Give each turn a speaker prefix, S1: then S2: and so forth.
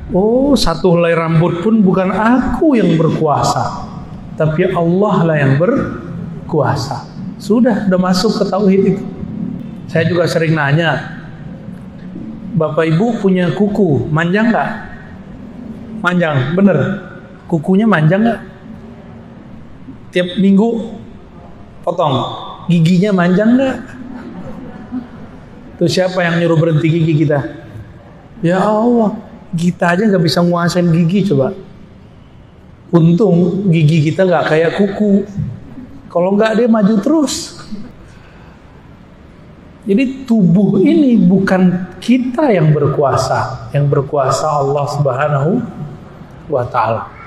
S1: oh satu helai rambut pun bukan aku yang berkuasa, tapi Allah lah yang berkuasa. Sudah masuk ke tauhid itu. Saya juga sering nanya, Bapak Ibu punya kuku, manjang nggak? Manjang, bener. Kukunya manjang nggak? Tiap minggu potong. Giginya manjang nggak? Tuh siapa yang nyuruh berhenti gigi kita? Ya Allah, kita aja nggak bisa nguasain gigi coba. Untung gigi kita nggak kayak kuku. Kalau nggak dia maju terus. Jadi tubuh ini bukan kita yang berkuasa Allah Subhanahu wa Ta'ala.